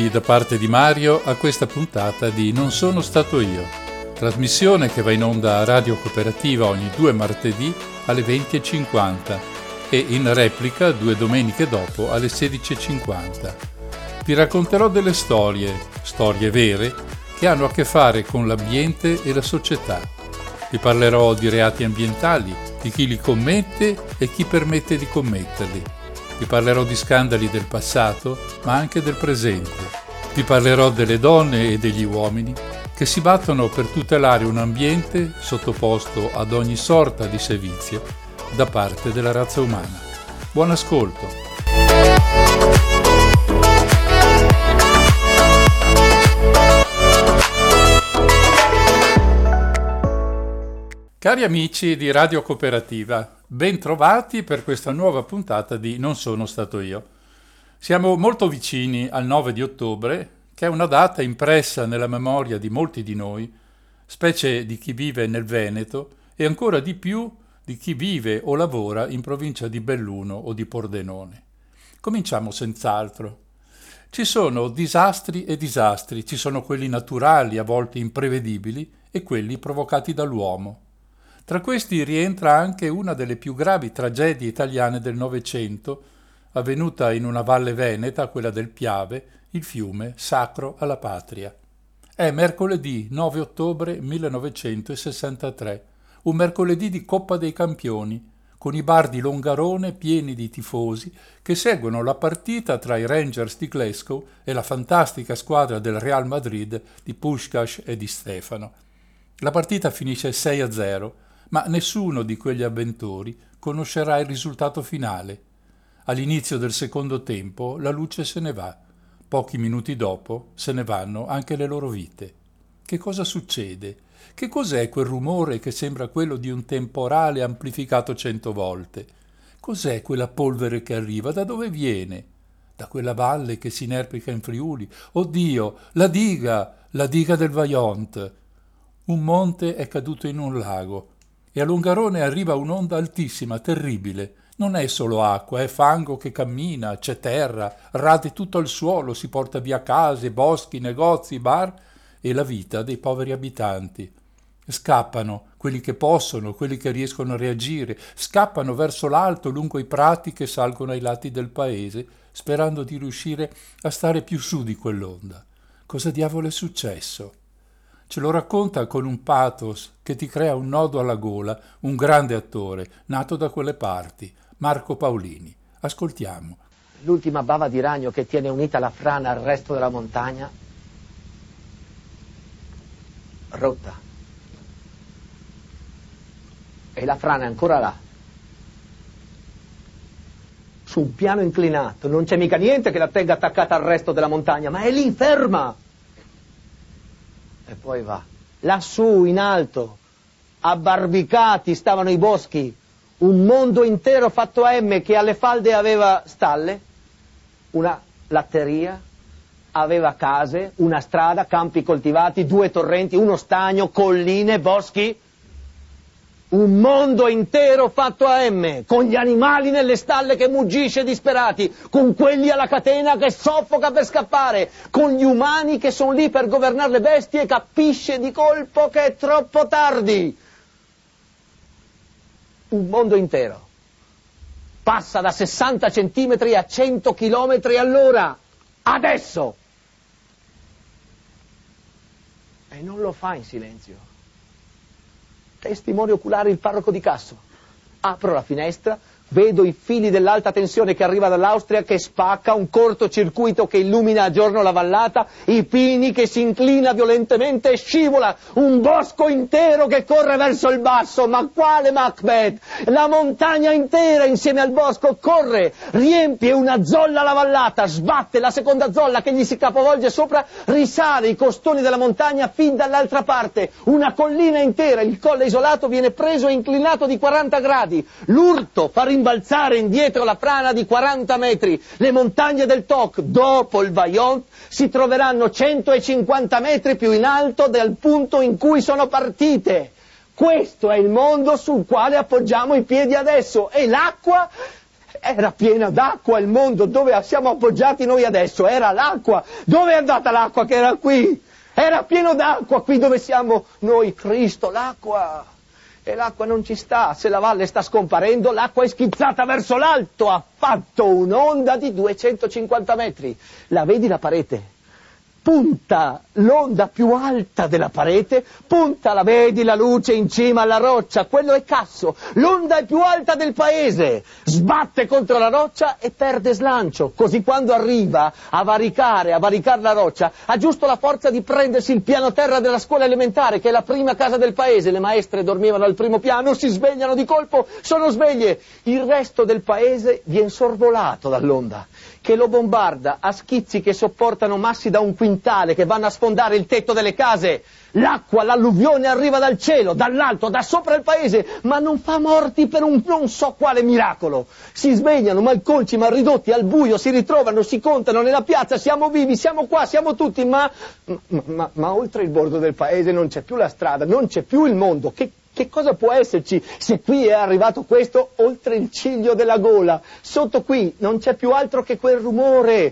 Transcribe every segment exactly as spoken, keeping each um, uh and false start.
benvenuti da parte di Mario a questa puntata di Non sono stato io, trasmissione che va in onda a Radio Cooperativa ogni due martedì alle venti e cinquanta e in replica due domeniche dopo alle sedici e cinquanta. Vi racconterò delle storie, storie vere, che hanno a che fare con l'ambiente e la società. Vi parlerò di reati ambientali, di chi li commette e chi permette di commetterli. Vi parlerò di scandali del passato, ma anche del presente. Vi parlerò delle donne e degli uomini che si battono per tutelare un ambiente sottoposto ad ogni sorta di servizio da parte della razza umana. Buon ascolto! Cari amici di Radio Cooperativa, ben trovati per questa nuova puntata di Non sono stato io. Siamo molto vicini al nove di ottobre, che è una data impressa nella memoria di molti di noi, specie di chi vive nel Veneto e ancora di più di chi vive o lavora in provincia di Belluno o di Pordenone. Cominciamo senz'altro. Ci sono disastri e disastri, ci sono quelli naturali, a volte imprevedibili, e quelli provocati dall'uomo. Tra questi rientra anche una delle più gravi tragedie italiane del Novecento, avvenuta in una valle veneta, quella del Piave, il fiume sacro alla patria. È mercoledì nove ottobre millenovecentosessantatré, un mercoledì di Coppa dei Campioni, con i bar di Longarone pieni di tifosi che seguono la partita tra i Rangers di Glasgow e la fantastica squadra del Real Madrid di Puskás e di Stefano. La partita finisce sei a zero, ma nessuno di quegli avventori conoscerà il risultato finale. All'inizio del secondo tempo la luce se ne va. Pochi minuti dopo se ne vanno anche le loro vite. Che cosa succede? Che cos'è quel rumore che sembra quello di un temporale amplificato cento volte? Cos'è quella polvere che arriva? Da dove viene? Da quella valle che si inerpica in Friuli? Oddio, la diga, la diga del Vajont. Un monte è caduto in un lago e a Longarone arriva un'onda altissima, terribile. Non è solo acqua, è fango che cammina, c'è terra, rade tutto il suolo, si porta via case, boschi, negozi, bar e la vita dei poveri abitanti. Scappano quelli che possono, quelli che riescono a reagire, scappano verso l'alto lungo i prati che salgono ai lati del paese, sperando di riuscire a stare più su di quell'onda. Cosa diavolo è successo? Ce lo racconta con un pathos che ti crea un nodo alla gola, un grande attore, nato da quelle parti, Marco Paolini. Ascoltiamo. L'ultima bava di ragno che tiene unita la frana al resto della montagna, rotta. E la frana è ancora là. Su un piano inclinato, non c'è mica niente che la tenga attaccata al resto della montagna, ma è lì, ferma. E poi va. Lassù, in alto, abbarbicati stavano i boschi, un mondo intero fatto a M che alle falde aveva stalle, una latteria, aveva case, una strada, campi coltivati, due torrenti, uno stagno, colline, boschi. Un mondo intero fatto a M, con gli animali nelle stalle che muggisce disperati, con quelli alla catena che soffoca per scappare, con gli umani che sono lì per governare le bestie e capisce di colpo che è troppo tardi. Un mondo intero. Passa da sessanta centimetri a cento chilometri all'ora. Adesso! E non lo fa in silenzio. Testimone oculare il parroco di Casso. Apro la finestra, vedo i fili dell'alta tensione che arriva dall'Austria che spacca, un cortocircuito che illumina a giorno la vallata, i pini che si inclina violentemente e scivola, un bosco intero che corre verso il basso. Ma quale Macbeth? La montagna intera insieme al bosco corre, riempie una zolla la vallata, sbatte la seconda zolla che gli si capovolge sopra, risale i costoni della montagna fin dall'altra parte, una collina intera, il colle isolato viene preso e inclinato di quaranta gradi, l'urto fa rimbalzare indietro la frana di quaranta metri, le montagne del Toc, dopo il Vajont, si troveranno centocinquanta metri più in alto del punto in cui sono partite. Questo è il mondo sul quale appoggiamo i piedi adesso, e l'acqua Era piena d'acqua il mondo, dove siamo appoggiati noi adesso, era l'acqua. Dove è andata l'acqua che era qui? Era pieno d'acqua qui dove siamo noi, Cristo, l'acqua. E l'acqua non ci sta, se la valle sta scomparendo, l'acqua è schizzata verso l'alto, ha fatto un'onda di duecentocinquanta metri. La vedi la parete? Punta l'onda più alta della parete, punta, la vedi la luce in cima alla roccia, quello è Casso, l'onda è più alta del paese, sbatte contro la roccia e perde slancio, così quando arriva a varicare, a varicare la roccia, ha giusto la forza di prendersi il piano terra della scuola elementare, che è la prima casa del paese, le maestre dormivano al primo piano, si svegliano di colpo, sono sveglie, il resto del paese viene sorvolato dall'onda, che lo bombarda a schizzi che sopportano massi da un quintale, che vanno a sfondare il tetto delle case. L'acqua, l'alluvione arriva dal cielo, dall'alto, da sopra il paese, ma non fa morti per un non so quale miracolo. Si svegliano malconci, mal ridotti, al buio, si ritrovano, si contano nella piazza, siamo vivi, siamo qua, siamo tutti, ma, ma, ma, ma oltre il bordo del paese non c'è più la strada, non c'è più il mondo. Che Che cosa può esserci se qui è arrivato questo oltre il ciglio della gola? Sotto qui non c'è più altro che quel rumore.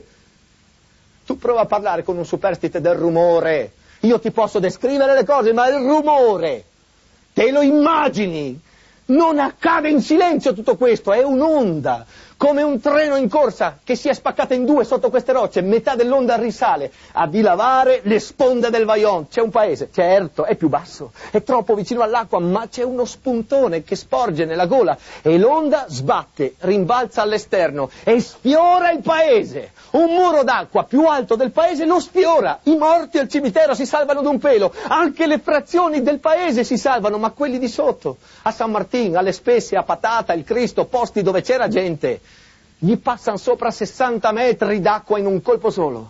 Tu prova a parlare con un superstite del rumore. Io ti posso descrivere le cose, ma il rumore, te lo immagini? Non accade in silenzio tutto questo, è un'onda, come un treno in corsa che si è spaccata in due sotto queste rocce, metà dell'onda risale a dilavare le sponde del Vajont. C'è un paese, certo, è più basso, è troppo vicino all'acqua, ma c'è uno spuntone che sporge nella gola e l'onda sbatte, rimbalza all'esterno e sfiora il paese. Un muro d'acqua più alto del paese lo sfiora, i morti al cimitero si salvano d'un pelo, anche le frazioni del paese si salvano, ma quelli di sotto, a San Martin, alle Spesse, a Patata, il Cristo, posti dove c'era gente, gli passano sopra sessanta metri d'acqua in un colpo solo.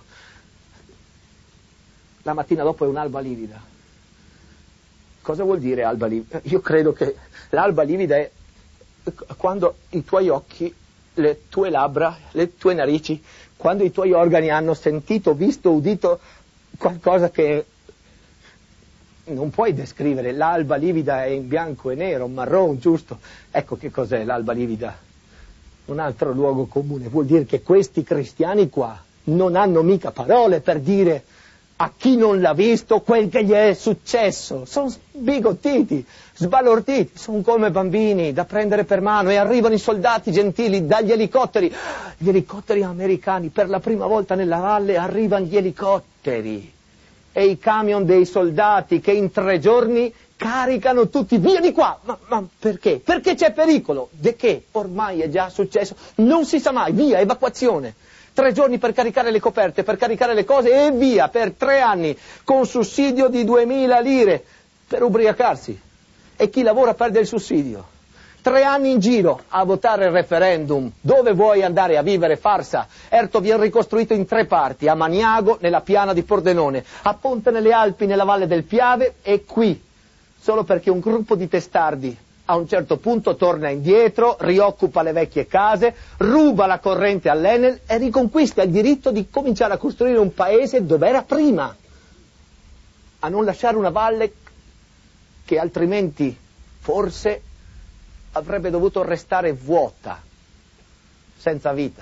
La mattina dopo è un'alba livida. Cosa vuol dire alba livida? Io credo che l'alba livida è quando i tuoi occhi, le tue labbra, le tue narici, quando i tuoi organi hanno sentito, visto, udito qualcosa che non puoi descrivere. L'alba livida è in bianco e nero, marron, giusto? Ecco che cos'è l'alba livida. Un altro luogo comune. Vuol dire che questi cristiani qua non hanno mica parole per dire a chi non l'ha visto quel che gli è successo. Sono sbigottiti, sbalorditi, sono come bambini da prendere per mano, e arrivano i soldati gentili dagli elicotteri, gli elicotteri americani. Per la prima volta nella valle arrivano gli elicotteri e i camion dei soldati che in tre giorni caricano tutti via di qua. Ma, ma perché? Perché c'è pericolo. De che? Ormai è già successo, non si sa mai, via, evacuazione. Tre giorni per caricare le coperte, per caricare le cose e via, per tre anni, con sussidio di duemila lire, per ubriacarsi. E chi lavora perde il sussidio. Tre anni in giro a votare il referendum. Dove vuoi andare a vivere, farsa? Erto viene ricostruito in tre parti, a Maniago, nella piana di Pordenone, a Ponte nelle Alpi, nella valle del Piave, e qui, solo perché un gruppo di testardi a un certo punto torna indietro, rioccupa le vecchie case, ruba la corrente all'Enel e riconquista il diritto di cominciare a costruire un paese dove era prima, a non lasciare una valle che altrimenti forse avrebbe dovuto restare vuota, senza vita.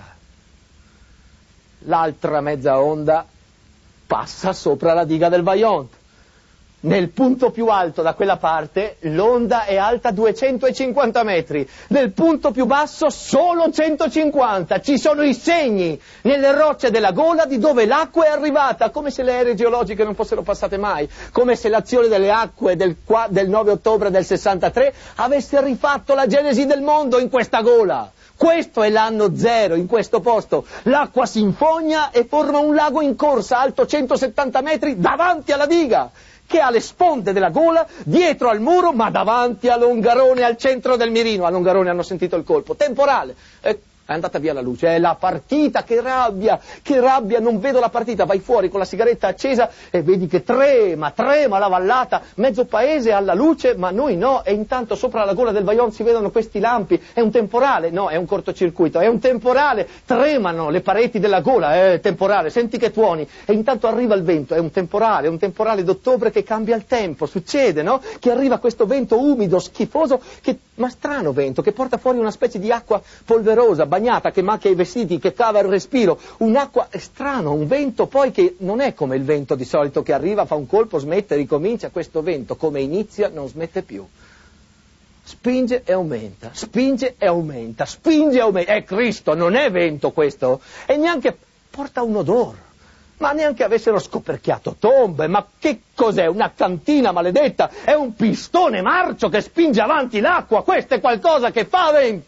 L'altra mezza onda passa sopra la diga del Vajont. Nel punto più alto da quella parte l'onda è alta duecentocinquanta metri, nel punto più basso solo centocinquanta. Ci sono i segni nelle rocce della gola di dove l'acqua è arrivata, come se le ere geologiche non fossero passate mai, come se l'azione delle acque del, del nove ottobre del sessantatré avesse rifatto la genesi del mondo in questa gola. Questo è l'anno zero in questo posto. L'acqua si infogna e forma un lago in corsa alto centosettanta metri davanti alla diga, che ha le sponde della gola dietro al muro, ma davanti a Longarone, al centro del mirino. A Longarone hanno sentito il colpo. Temporale. Eh, è andata via la luce. È la partita, che rabbia, che rabbia, non vedo la partita. Vai fuori con la sigaretta accesa e vedi che trema, trema la vallata. Mezzo paese alla luce, ma noi no. E intanto sopra la gola del Vajont si vedono questi lampi. È un temporale? No, è un cortocircuito. È un temporale. Tremano le pareti della gola. È temporale. Senti che tuoni. E intanto arriva il vento. È un temporale. È un temporale d'ottobre che cambia il tempo. Succede, no? Che arriva questo vento umido, schifoso, che Ma strano vento che porta fuori una specie di acqua polverosa, bagnata, che macchia i vestiti, che cava il respiro. Un'acqua strano, un vento poi che non è come il vento di solito che arriva, fa un colpo, smette, ricomincia. Questo vento come inizia non smette più. Spinge e aumenta, spinge e aumenta, spinge e aumenta. È Cristo, non è vento questo. E neanche porta un odore. Ma neanche avessero scoperchiato tombe, ma che cos'è? Una cantina maledetta? È un pistone marcio che spinge avanti l'acqua, questo è qualcosa che fa vento.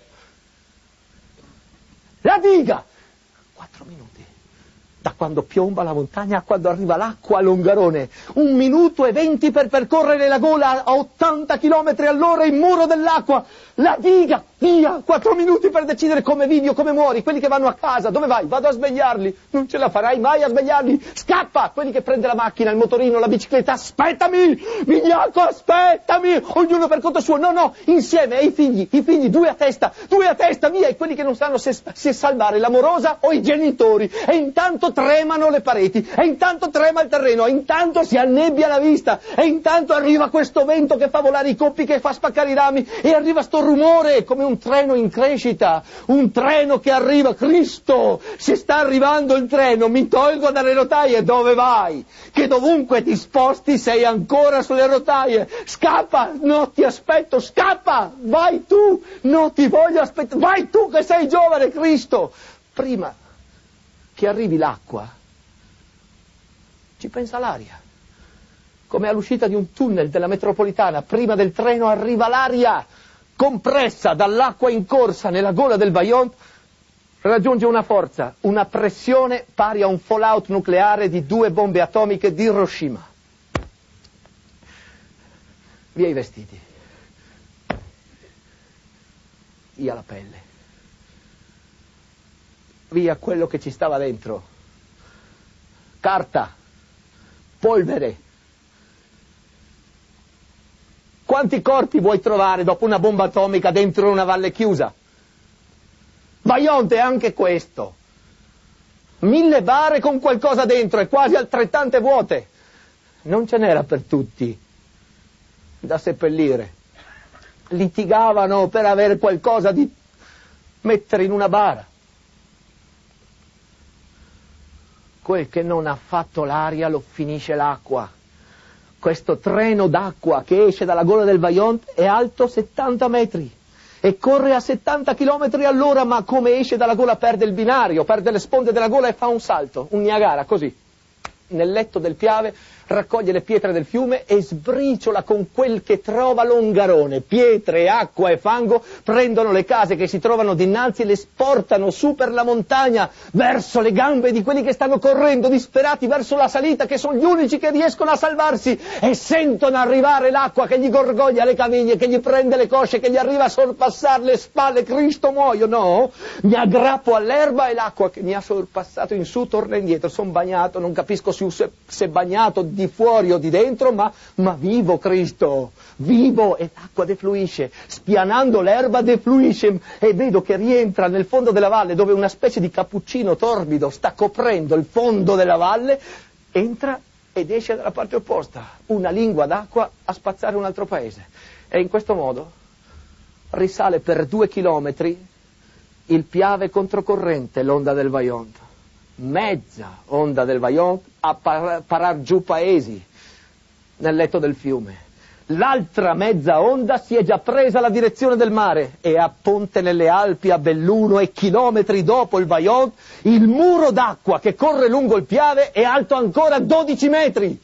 La diga! Quattro minuti. Da quando piomba la montagna a quando arriva l'acqua a Longarone. Un minuto e venti per percorrere la gola a ottanta chilometri all'ora in muro dell'acqua. La diga! Via! Quattro minuti per decidere come vivi o come muori. Quelli che vanno a casa, dove vai? Vado a svegliarli. Non ce la farai mai a svegliarli. Scappa! Quelli che prende la macchina, il motorino, la bicicletta. Aspettami! Vigliacco, aspettami! Ognuno per conto suo. No, no, insieme. E i figli, i figli, due a testa, due a testa, via! E quelli che non sanno se, se salvare l'amorosa o i genitori. E intanto tremano le pareti. E intanto trema il terreno. E intanto si annebbia la vista. E intanto arriva questo vento che fa volare i coppi, che fa spaccare i rami. E arriva sto rumore come un treno in crescita, un treno che arriva. Cristo, se sta arrivando il treno, mi tolgo dalle rotaie. Dove vai? Che dovunque ti sposti sei ancora sulle rotaie. Scappa, no, ti aspetto, scappa, vai tu, no, ti voglio aspettare, vai tu che sei giovane. Cristo, prima che arrivi l'acqua ci pensa l'aria, come all'uscita di un tunnel della metropolitana. Prima del treno arriva l'aria compressa dall'acqua in corsa nella gola del Vajont, raggiunge una forza, una pressione pari a un fallout nucleare di due bombe atomiche di Hiroshima. Via i vestiti, via la pelle, via quello che ci stava dentro, carta, polvere. Quanti corpi vuoi trovare dopo una bomba atomica dentro una valle chiusa? Vajont è anche questo. Mille bare con qualcosa dentro e quasi altrettante vuote. Non ce n'era per tutti da seppellire. Litigavano per avere qualcosa di mettere in una bara. Quel che non ha fatto l'aria lo finisce l'acqua. Questo treno d'acqua che esce dalla gola del Vajont è alto settanta metri e corre a settanta chilometri all'ora, ma come esce dalla gola perde il binario, perde le sponde della gola e fa un salto, un Niagara, così. Nel letto del Piave raccoglie le pietre del fiume e sbriciola con quel che trova Longarone. Pietre, acqua e fango prendono le case che si trovano dinanzi e le sportano su per la montagna, verso le gambe di quelli che stanno correndo disperati verso la salita, che sono gli unici che riescono a salvarsi, e sentono arrivare l'acqua che gli gorgoglia le caviglie, che gli prende le cosce, che gli arriva a sorpassare le spalle. Cristo, muoio, no? Mi aggrappo all'erba e l'acqua che mi ha sorpassato in su torna indietro. Sono bagnato, non capisco se, se bagnato di fuori o di dentro, ma, ma vivo, Cristo, vivo, e l'acqua defluisce, spianando l'erba defluisce, e vedo che rientra nel fondo della valle, dove una specie di cappuccino torbido sta coprendo il fondo della valle, entra ed esce dalla parte opposta, una lingua d'acqua a spazzare un altro paese, e in questo modo risale per due chilometri il Piave controcorrente, l'onda del Vajont. Mezza onda del Vajont a par- parar giù paesi nel letto del fiume. L'altra mezza onda si è già presa la direzione del mare e a Ponte nelle Alpi, a Belluno e chilometri dopo il Vajont, il muro d'acqua che corre lungo il Piave è alto ancora dodici metri.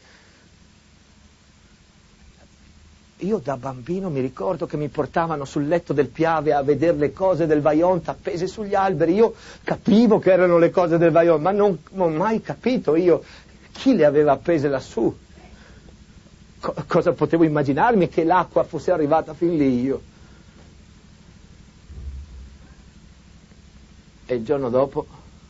Io da bambino mi ricordo che mi portavano sul letto del Piave a vedere le cose del Vajont appese sugli alberi. Io capivo che erano le cose del Vajont, ma non, non ho mai capito io chi le aveva appese lassù. Co- cosa potevo immaginarmi che l'acqua fosse arrivata fin lì io? E il giorno dopo,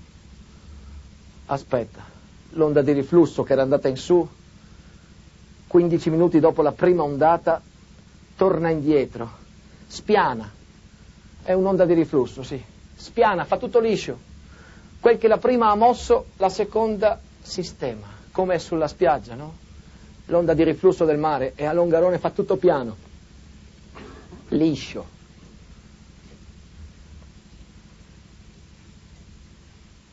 aspetta, l'onda di riflusso che era andata in su, quindici minuti dopo la prima ondata, torna indietro, spiana, è un'onda di riflusso, sì, spiana, fa tutto liscio. Quel che la prima ha mosso, la seconda sistema, come è sulla spiaggia, no? L'onda di riflusso del mare, e a Longarone fa tutto piano, liscio,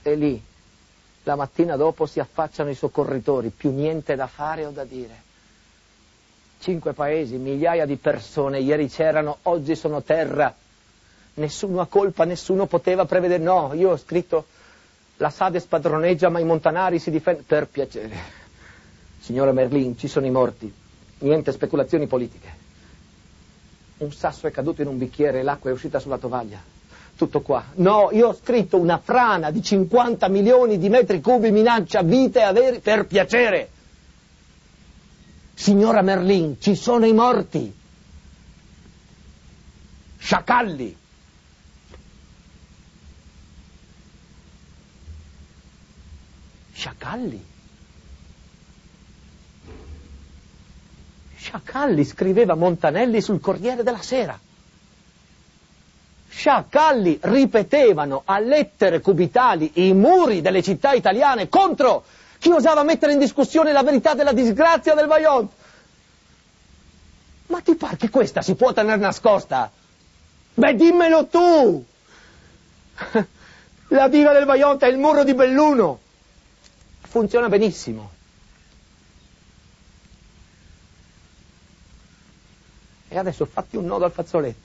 E lì, la mattina dopo, si affacciano i soccorritori, più niente da fare o da dire. Cinque paesi, migliaia di persone, ieri c'erano, oggi sono terra. Nessuno ha colpa, nessuno poteva prevedere. No, io ho scritto, la Sade spadroneggia ma i montanari si difendono. Per piacere. Signora Merlin, ci sono i morti. Niente speculazioni politiche. Un sasso è caduto in un bicchiere e l'acqua è uscita sulla tovaglia. Tutto qua. No, io ho scritto una frana di cinquanta milioni di metri cubi minaccia vite e averi. Per piacere. Signora Merlin, ci sono i morti. Sciacalli. Sciacalli. Sciacalli, scriveva Montanelli sul Corriere della Sera. Sciacalli ripetevano a lettere cubitali i muri delle città italiane contro chi osava mettere in discussione la verità della disgrazia del Vajont. Ma ti pare che questa si può tenere nascosta? Beh, dimmelo tu! La diga del Vajont è il muro di Belluno. Funziona benissimo. E adesso fatti un nodo al fazzoletto.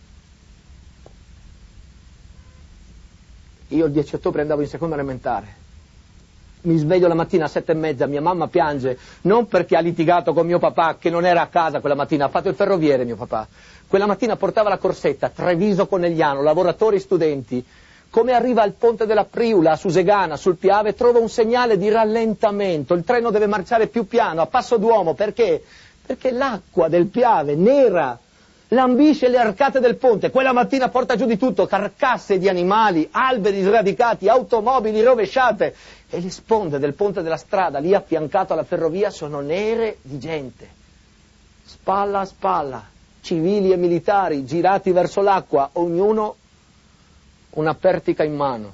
Io il dieci ottobre andavo in seconda elementare. Mi sveglio la mattina a sette e mezza, mia mamma piange, non perché ha litigato con mio papà, che non era a casa quella mattina, ha fatto il ferroviere mio papà. Quella mattina portava la corsetta, Treviso Conegliano, lavoratori, studenti. Come arriva al ponte della Priula, a Susegana, sul Piave, trova un segnale di rallentamento, il treno deve marciare più piano, a passo d'uomo, perché? Perché l'acqua del Piave, nera, lambisce le arcate del ponte. Quella mattina porta giù di tutto, carcasse di animali, alberi sradicati, automobili rovesciate. E le sponde del ponte della strada, lì affiancato alla ferrovia, sono nere di gente. Spalla a spalla, civili e militari girati verso l'acqua, ognuno una pertica in mano.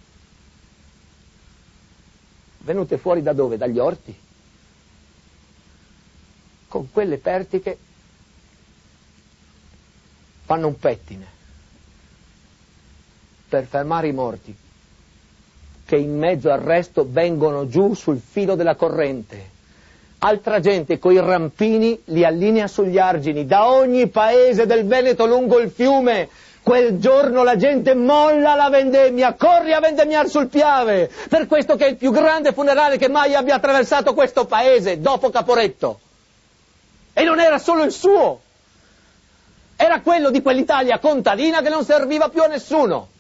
Venute fuori da dove? Dagli orti. Con quelle pertiche fanno un pettine per fermare i morti che in mezzo al resto vengono giù sul filo della corrente. Altra gente coi rampini li allinea sugli argini da ogni paese del Veneto lungo il fiume. Quel giorno la gente molla la vendemmia, corre a vendemmiare sul Piave, per questo che è il più grande funerale che mai abbia attraversato questo paese dopo Caporetto. E non era solo il suo, era quello di quell'Italia contadina che non serviva più a nessuno.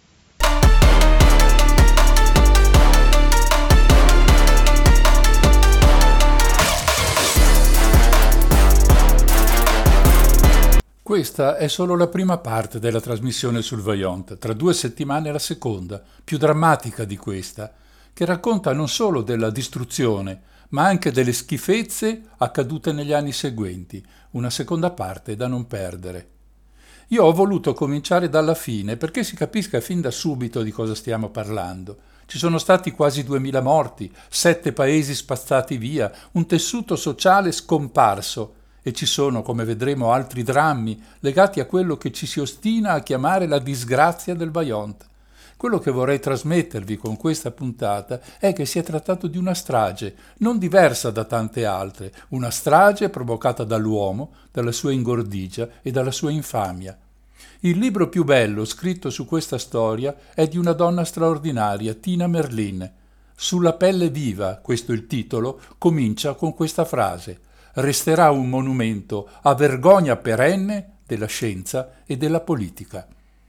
Questa è solo la prima parte della trasmissione sul Vajont, tra due settimane la seconda, più drammatica di questa, che racconta non solo della distruzione, ma anche delle schifezze accadute negli anni seguenti, una seconda parte da non perdere. Io ho voluto cominciare dalla fine perché si capisca fin da subito di cosa stiamo parlando. Ci sono stati quasi duemila morti, sette paesi spazzati via, un tessuto sociale scomparso, e ci sono, come vedremo, altri drammi legati a quello che ci si ostina a chiamare la disgrazia del Vajont. Quello che vorrei trasmettervi con questa puntata è che si è trattato di una strage, non diversa da tante altre, una strage provocata dall'uomo, dalla sua ingordigia e dalla sua infamia. Il libro più bello scritto su questa storia è di una donna straordinaria, Tina Merlin. Sulla pelle viva, questo è il titolo, comincia con questa frase: resterà un monumento a vergogna perenne della scienza e della politica.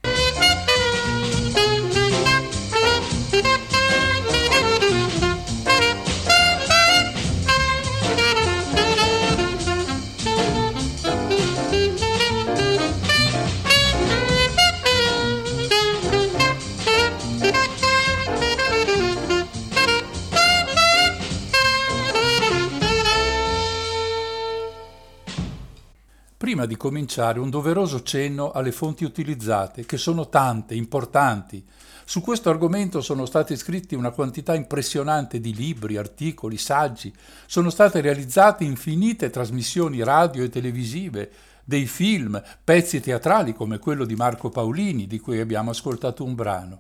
Prima di cominciare, un doveroso cenno alle fonti utilizzate, che sono tante, importanti. Su questo argomento sono stati scritti una quantità impressionante di libri, articoli, saggi. Sono state realizzate infinite trasmissioni radio e televisive, dei film, pezzi teatrali come quello di Marco Paolini, di cui abbiamo ascoltato un brano.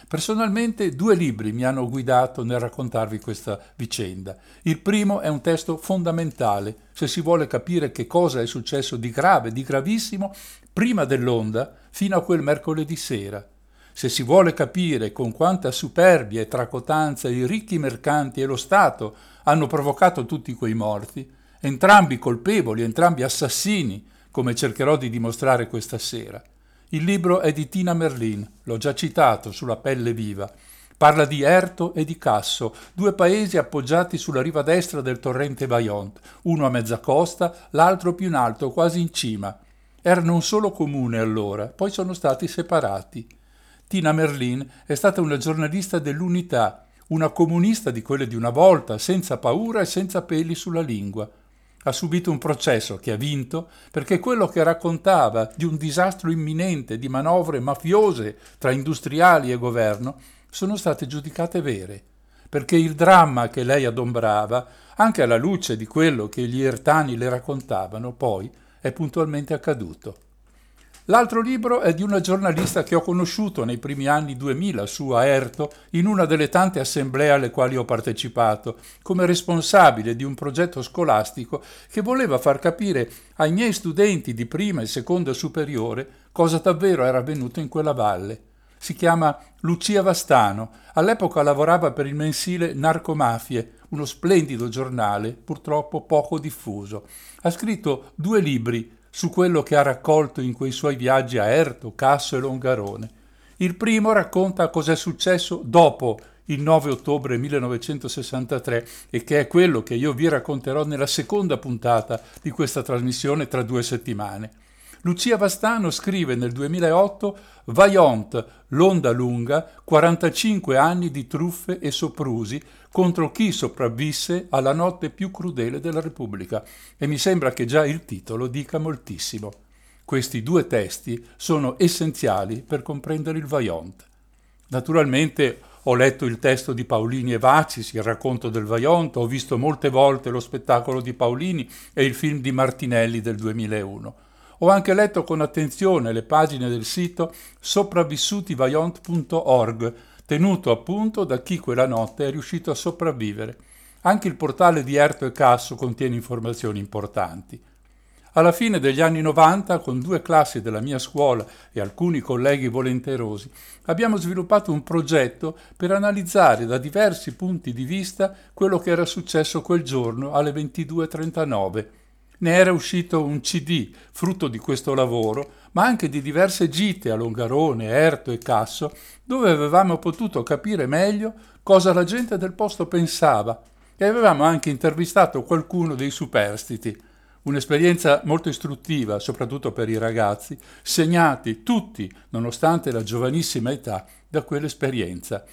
Personalmente due libri mi hanno guidato nel raccontarvi questa vicenda. Il primo è un testo fondamentale se si vuole capire che cosa è successo di grave, di gravissimo, prima dell'onda fino a quel mercoledì sera. Se si vuole capire con quanta superbia e tracotanza i ricchi mercanti e lo Stato hanno provocato tutti quei morti, entrambi colpevoli, entrambi assassini, come cercherò di dimostrare questa sera. Il libro è di Tina Merlin, l'ho già citato sulla Pelle viva. Parla di Erto e di Casso, due paesi appoggiati sulla riva destra del torrente Vajont, uno a mezza costa, l'altro più in alto, quasi in cima. Erano un solo comune allora, poi sono stati separati. Tina Merlin è stata una giornalista dell'Unità, una comunista di quelle di una volta, senza paura e senza peli sulla lingua. Ha subito un processo che ha vinto perché quello che raccontava di un disastro imminente di manovre mafiose tra industriali e governo sono state giudicate vere, perché il dramma che lei adombrava, anche alla luce di quello che gli ertani le raccontavano, poi è puntualmente accaduto. L'altro libro è di una giornalista che ho conosciuto nei primi anni duemila su a Erto in una delle tante assemblee alle quali ho partecipato, come responsabile di un progetto scolastico che voleva far capire ai miei studenti di prima e seconda superiore cosa davvero era avvenuto in quella valle. Si chiama Lucia Vastano, all'epoca lavorava per il mensile Narcomafie, uno splendido giornale, purtroppo poco diffuso. Ha scritto due libri su quello che ha raccolto in quei suoi viaggi a Erto, Casso e Longarone. Il primo racconta cos'è successo dopo il nove ottobre millenovecentosessantatré e che è quello che io vi racconterò nella seconda puntata di questa trasmissione tra due settimane. Lucia Vastano scrive nel duemilaotto Vajont, l'onda lunga, quarantacinque anni di truffe e soprusi contro chi sopravvisse alla notte più crudele della Repubblica, e mi sembra che già il titolo dica moltissimo. Questi due testi sono essenziali per comprendere il Vajont. Naturalmente ho letto il testo di Paolini e Vacis, il racconto del Vajont, ho visto molte volte lo spettacolo di Paolini e il film di Martinelli del duemilauno. Ho anche letto con attenzione le pagine del sito sopravvissutivajont punto org, tenuto appunto da chi quella notte è riuscito a sopravvivere. Anche il portale di Erto e Casso contiene informazioni importanti. Alla fine degli anni novanta, con due classi della mia scuola e alcuni colleghi volenterosi, abbiamo sviluppato un progetto per analizzare da diversi punti di vista quello che era successo quel giorno alle ventidue e trentanove. Ne era uscito un C D, frutto di questo lavoro, ma anche di diverse gite a Longarone, Erto e Casso, dove avevamo potuto capire meglio cosa la gente del posto pensava e avevamo anche intervistato qualcuno dei superstiti. Un'esperienza molto istruttiva, soprattutto per i ragazzi, segnati tutti, nonostante la giovanissima età, da quell'esperienza.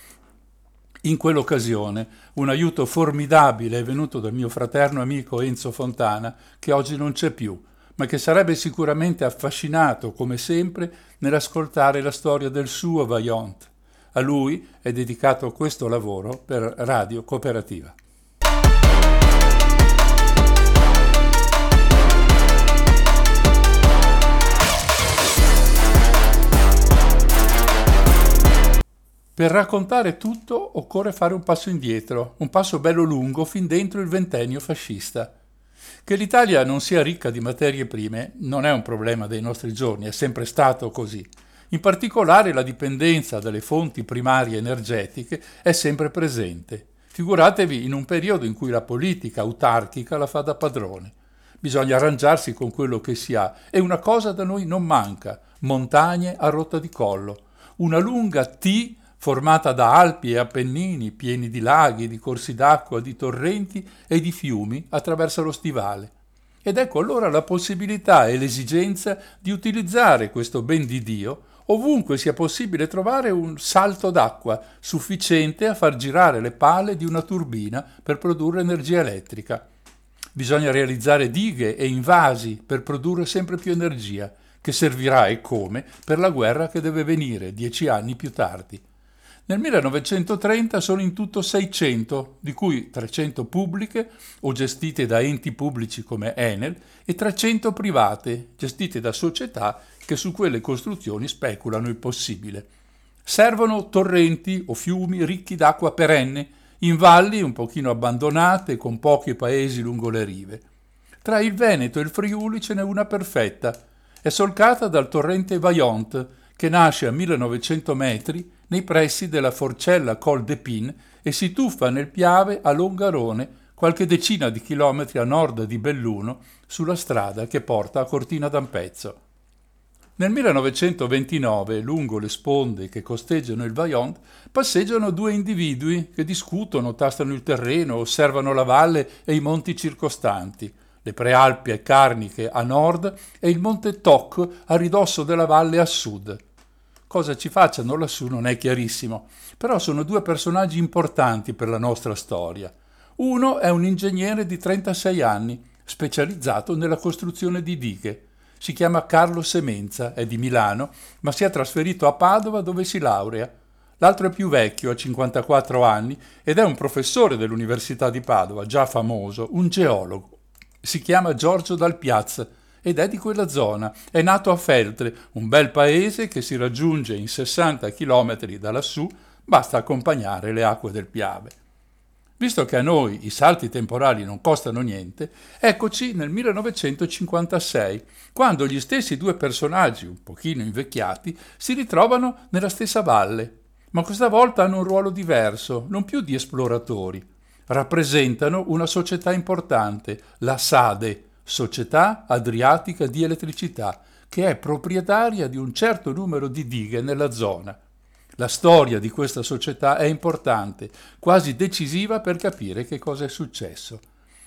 In quell'occasione un aiuto formidabile è venuto dal mio fraterno amico Enzo Fontana, che oggi non c'è più, ma che sarebbe sicuramente affascinato, come sempre, nell'ascoltare la storia del suo Vajont. A lui è dedicato questo lavoro per Radio Cooperativa. Per raccontare tutto occorre fare un passo indietro, un passo bello lungo fin dentro il ventennio fascista. Che l'Italia non sia ricca di materie prime non è un problema dei nostri giorni, è sempre stato così. In particolare la dipendenza dalle fonti primarie energetiche è sempre presente. Figuratevi in un periodo in cui la politica autarchica la fa da padrone. Bisogna arrangiarsi con quello che si ha e una cosa da noi non manca: montagne a rotta di collo. Una lunga T formata da Alpi e Appennini, pieni di laghi, di corsi d'acqua, di torrenti e di fiumi attraverso lo stivale. Ed ecco allora la possibilità e l'esigenza di utilizzare questo ben di Dio ovunque sia possibile trovare un salto d'acqua sufficiente a far girare le pale di una turbina per produrre energia elettrica. Bisogna realizzare dighe e invasi per produrre sempre più energia, che servirà e come per la guerra che deve venire dieci anni più tardi. Nel millenovecentotrenta sono in tutto seicento, di cui trecento pubbliche o gestite da enti pubblici come Enel e trecento private, gestite da società che su quelle costruzioni speculano il possibile. Servono torrenti o fiumi ricchi d'acqua perenne, in valli un pochino abbandonate, con pochi paesi lungo le rive. Tra il Veneto e il Friuli ce n'è una perfetta. È solcata dal torrente Vaillant, che nasce a millenovecento metri nei pressi della forcella Col d'Epine e si tuffa nel Piave a Longarone, qualche decina di chilometri a nord di Belluno, sulla strada che porta a Cortina d'Ampezzo. Nel millenovecentoventinove, lungo le sponde che costeggiano il Vaillant, passeggiano due individui che discutono, tastano il terreno, osservano la valle e i monti circostanti, le Prealpi Carniche a nord e il monte Toc a ridosso della valle a sud. Cosa ci facciano lassù non è chiarissimo, però sono due personaggi importanti per la nostra storia. Uno è un ingegnere di trentasei anni, specializzato nella costruzione di dighe. Si chiama Carlo Semenza, è di Milano, ma si è trasferito a Padova dove si laurea. L'altro è più vecchio, ha cinquantaquattro anni, ed è un professore dell'Università di Padova, già famoso, un geologo. Si chiama Giorgio Dal Piaz ed è di quella zona. È nato a Feltre, un bel paese che si raggiunge in sessanta chilometri da lassù, basta accompagnare le acque del Piave. Visto che a noi i salti temporali non costano niente, eccoci nel millenovecentocinquantasei, quando gli stessi due personaggi, un pochino invecchiati, si ritrovano nella stessa valle, ma questa volta hanno un ruolo diverso, non più di esploratori. Rappresentano una società importante, la SADE, Società Adriatica di Elettricità, che è proprietaria di un certo numero di dighe nella zona. La storia di questa società è importante, quasi decisiva per capire che cosa è successo.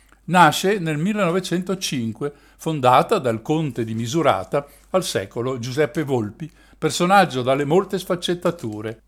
Nasce nel millenovecentocinque, fondata dal conte di Misurata, al secolo Giuseppe Volpi, personaggio dalle molte sfaccettature.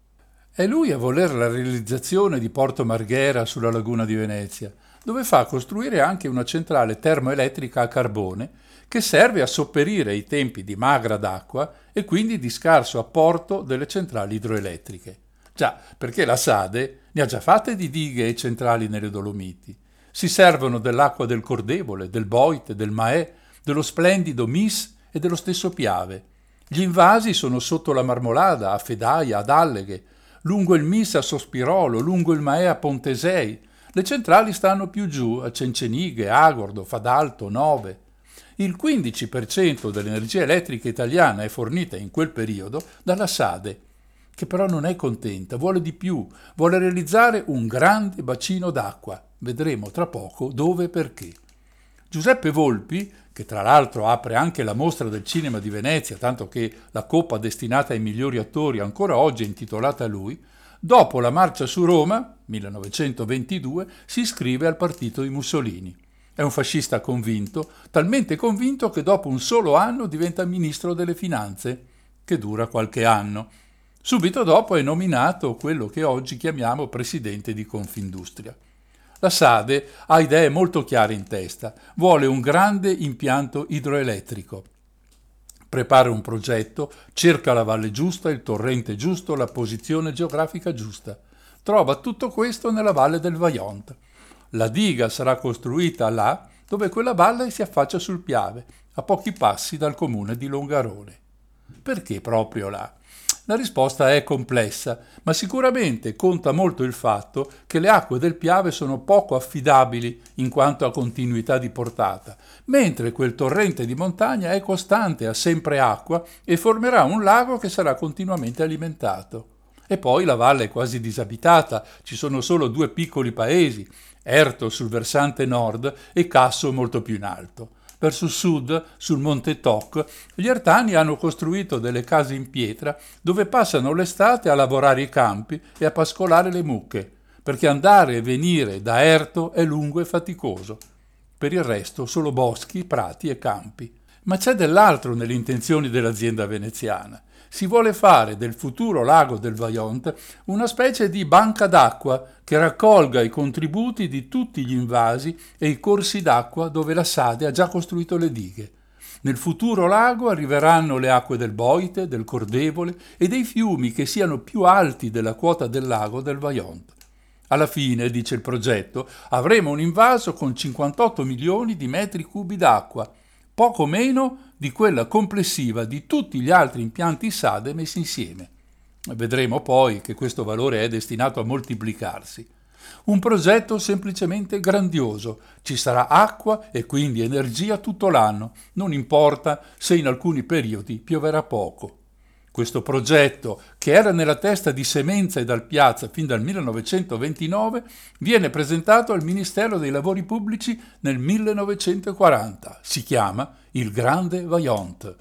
È lui a voler la realizzazione di Porto Marghera sulla laguna di Venezia, dove fa costruire anche una centrale termoelettrica a carbone che serve a sopperire i tempi di magra d'acqua e quindi di scarso apporto delle centrali idroelettriche. Già, perché la SADE ne ha già fatte di dighe e centrali nelle Dolomiti. Si servono dell'acqua del Cordevole, del Boite, del Maè, dello splendido Mis e dello stesso Piave. Gli invasi sono sotto la Marmolada, a Fedaia, ad Alleghe, lungo il Mis a Sospirolo, lungo il Maè a Pontesei. Le centrali stanno più giù, a Cencenighe, Agordo, Fadalto, Nove. Il quindici per cento dell'energia elettrica italiana è fornita in quel periodo dalla SADE, che però non è contenta, vuole di più, vuole realizzare un grande bacino d'acqua. Vedremo tra poco dove e perché. Giuseppe Volpi, che tra l'altro apre anche la mostra del cinema di Venezia, tanto che la coppa destinata ai migliori attori ancora oggi è intitolata a lui, dopo la marcia su Roma, millenovecentoventidue, si iscrive al partito di Mussolini. È un fascista convinto, talmente convinto che dopo un solo anno diventa ministro delle finanze, che dura qualche anno. Subito dopo è nominato quello che oggi chiamiamo presidente di Confindustria. La SADE ha idee molto chiare in testa, vuole un grande impianto idroelettrico. Prepara un progetto, cerca la valle giusta, il torrente giusto, la posizione geografica giusta. Trova tutto questo nella valle del Vaillant. La diga sarà costruita là dove quella valle si affaccia sul Piave, a pochi passi dal comune di Longarone. Perché proprio là? La risposta è complessa, ma sicuramente conta molto il fatto che le acque del Piave sono poco affidabili in quanto a continuità di portata, mentre quel torrente di montagna è costante, ha sempre acqua e formerà un lago che sarà continuamente alimentato. E poi la valle è quasi disabitata, ci sono solo due piccoli paesi, Erto sul versante nord e Casso molto più in alto. Verso sud, sul monte Toc, gli ertani hanno costruito delle case in pietra dove passano l'estate a lavorare i campi e a pascolare le mucche, perché andare e venire da Erto è lungo e faticoso. Per il resto solo boschi, prati e campi. Ma c'è dell'altro nelle intenzioni dell'azienda veneziana. Si vuole fare del futuro lago del Vaillant una specie di banca d'acqua che raccolga i contributi di tutti gli invasi e i corsi d'acqua dove la SADE ha già costruito le dighe. Nel futuro lago arriveranno le acque del Boite, del Cordevole e dei fiumi che siano più alti della quota del lago del Vaillant. Alla fine, dice il progetto, avremo un invaso con cinquantotto milioni di metri cubi d'acqua, poco meno di quella complessiva di tutti gli altri impianti SADE messi insieme. Vedremo poi che questo valore è destinato a moltiplicarsi. Un progetto semplicemente grandioso. Ci sarà acqua e quindi energia tutto l'anno, non importa se in alcuni periodi pioverà poco. Questo progetto, che era nella testa di Semenza e Dal Piazza fin dal millenovecentoventinove, viene presentato al Ministero dei Lavori Pubblici nel millenovecentoquaranta. Si chiama il Grande Vaillant.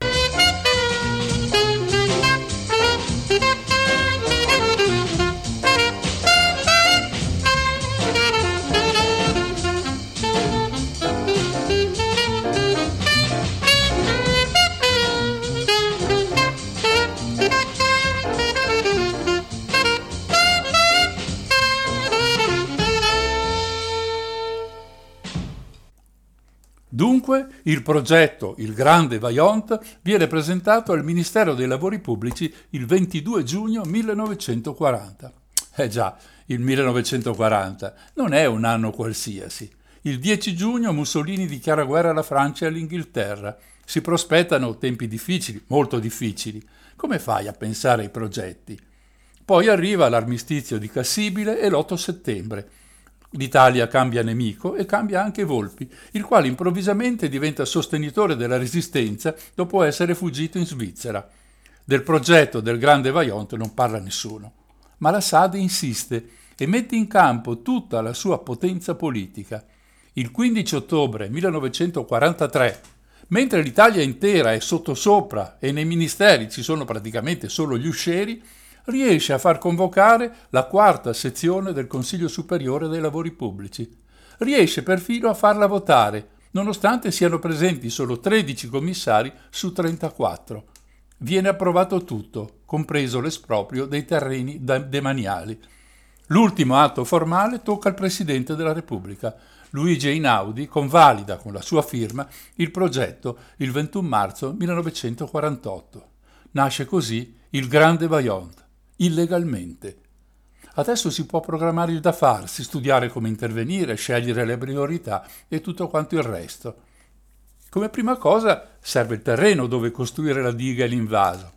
Dunque, il progetto Il Grande Vaillant viene presentato al Ministero dei Lavori Pubblici il ventidue giugno millenovecentoquaranta. Eh già, il millenovecentoquaranta non è un anno qualsiasi. Il dieci giugno Mussolini dichiara guerra alla Francia e all'Inghilterra. Si prospettano tempi difficili, molto difficili. Come fai a pensare ai progetti? Poi arriva l'armistizio di Cassibile e l'otto settembre. L'Italia cambia nemico e cambia anche Volpi, il quale improvvisamente diventa sostenitore della resistenza dopo essere fuggito in Svizzera. Del progetto del Grande Vaillant non parla nessuno, ma la SADE insiste e mette in campo tutta la sua potenza politica. Il quindici ottobre millenovecentoquarantatré, mentre l'Italia intera è sottosopra e nei ministeri ci sono praticamente solo gli uscieri, riesce a far convocare la quarta sezione del Consiglio Superiore dei Lavori Pubblici. Riesce perfino a farla votare, nonostante siano presenti solo tredici commissari su trentaquattro. Viene approvato tutto, compreso l'esproprio dei terreni demaniali. L'ultimo atto formale tocca al Presidente della Repubblica. Luigi Einaudi convalida con la sua firma il progetto il ventuno marzo millenovecentoquarantotto. Nasce così il Grande Vaillant. Illegalmente. Adesso si può programmare il da farsi, studiare come intervenire, scegliere le priorità e tutto quanto il resto. Come prima cosa serve il terreno dove costruire la diga e l'invaso.